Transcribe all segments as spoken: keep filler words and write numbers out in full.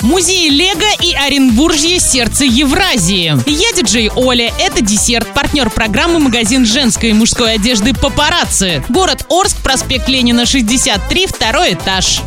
Музей Лего и Оренбуржье — сердце Евразии. Я диджей Оля, это десерт, партнер программы магазин женской и мужской одежды «Папарацци». Город Орск, проспект Ленина, шестьдесят три, второй этаж.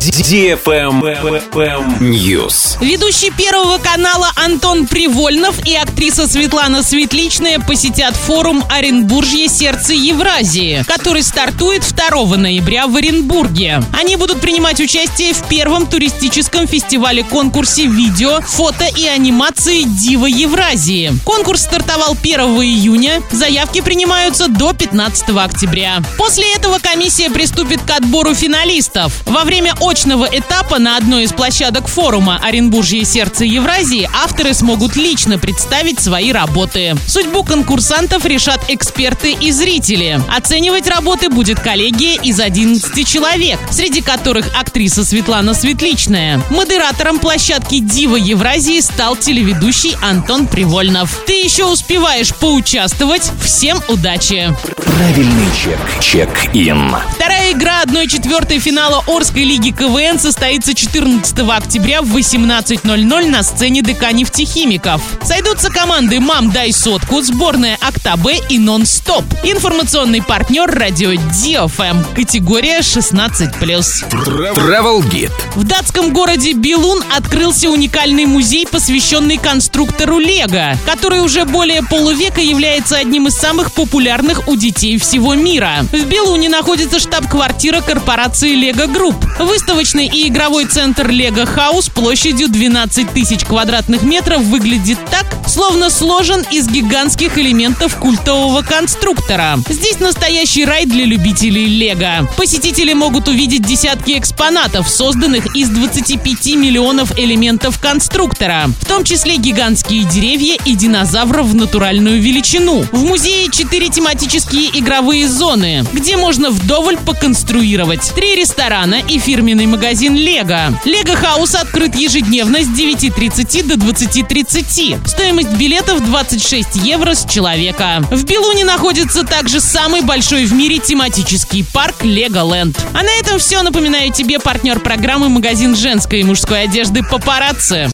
News. Ведущий Первого канала Антон Привольнов и актриса Светлана Светличная посетят форум «Оренбуржье — сердце Евразии», который стартует второго ноября в Оренбурге. Они будут принимать участие в первом туристическом фестивале-конкурсе видео, фото и анимации «Дива Евразии». Конкурс стартовал первого июня, заявки принимаются до пятнадцатого октября. После этого комиссия приступит к отбору финалистов. Во время очного этапа на одной из площадок форума «Оренбуржье — сердце Евразии» авторы смогут лично представить свои работы. Судьбу конкурсантов решат эксперты и зрители. Оценивать работы будет коллегия из одиннадцати человек, среди которых актриса Светлана Светличная. Модератором площадки «Дива Евразии» стал телеведущий Антон Привольнов. Ты еще успеваешь поучаствовать. Всем удачи! Правильный чек. Чек-ин. Вторая игра одной четвертой финала Орской лиги КВН состоится четырнадцатого октября в восемнадцать ноль ноль на сцене ДК «Нефтехимиков». Сойдутся команды «Мам, дай сотку», сборная «Акта-Б» и «Нон-стоп». Информационный партнер радио ди эф эм. Категория шестнадцать плюс. Travel Guide. В датском городе Билун открылся уникальный музей, посвященный конструктору Лего, который уже более полувека является одним из самых популярных у детей всего мира. В Билуне находится штаб-квартира корпорации Лего Групп. Выставочный и игровой центр Лего Хаус площадью двенадцать тысяч квадратных метров выглядит так, словно сложен из гигантских элементов культового конструктора. Здесь настоящий рай для любителей Лего. Посетители могут увидеть десятки экспонатов, созданных из двадцати пяти миллионов элементов конструктора, в том числе гигантские деревья и динозавров в натуральную величину. В музее четыре тематические игровые зоны, где можно вдоволь поконструировать. Три ресторана и фирменный магазин Лего. Лего Хаус открыт ежедневно с девяти тридцати до двадцати тридцати. Стоимость билетов двадцать шесть евро с человека. В Билуне находится также самый большой в мире тематический парк Леголэнд. А на этом все. Напоминаю тебе партнер программы магазин женской и мужской одежды «Папарацци».